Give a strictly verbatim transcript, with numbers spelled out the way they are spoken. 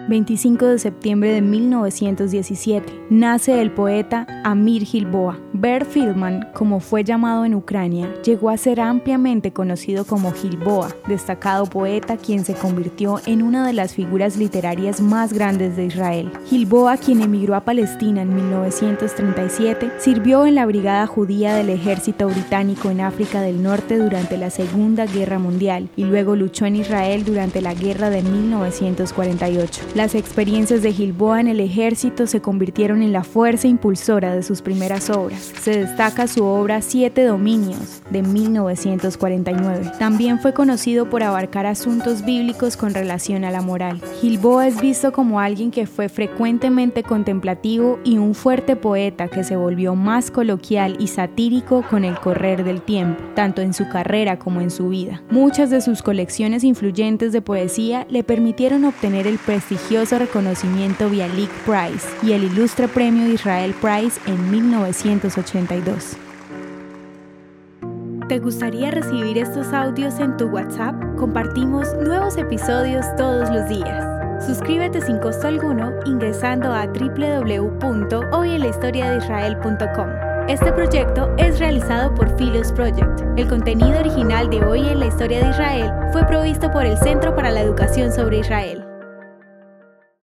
veinticinco de septiembre de mil novecientos diecisiete, nace el poeta Amir Gilboa. Ber Feldman, como fue llamado en Ucrania, llegó a ser ampliamente conocido como Gilboa, destacado poeta quien se convirtió en una de las figuras literarias más grandes de Israel. Gilboa, quien emigró a Palestina en mil novecientos treinta y siete, sirvió en la Brigada Judía del Ejército Británico en África del Norte durante la Segunda Guerra Mundial y luego luchó en Israel durante la Guerra de mil novecientos cuarenta y ocho. Las experiencias de Gilboa en el ejército se convirtieron en la fuerza impulsora de sus primeras obras. Se destaca su obra Siete Dominios, de mil novecientos cuarenta y nueve. También fue conocido por abarcar asuntos bíblicos con relación a la moral. Gilboa es visto como alguien que fue frecuentemente contemplativo y un fuerte poeta que se volvió más coloquial y satírico con el correr del tiempo, tanto en su carrera como en su vida. Muchas de sus colecciones influyentes de poesía le permitieron obtener el prestigioso reconocimiento Bialik Prize y el ilustre premio Israel Prize en mil novecientos ochenta y dos. ¿Te gustaría recibir estos audios en tu WhatsApp? Compartimos nuevos episodios todos los días. Suscríbete sin costo alguno ingresando a doble u doble u doble u punto hoy en la historia de israel punto com. Este proyecto es realizado por Philos Project. El contenido original de Hoy en la Historia de Israel fue provisto por el Centro para la Educación sobre Israel.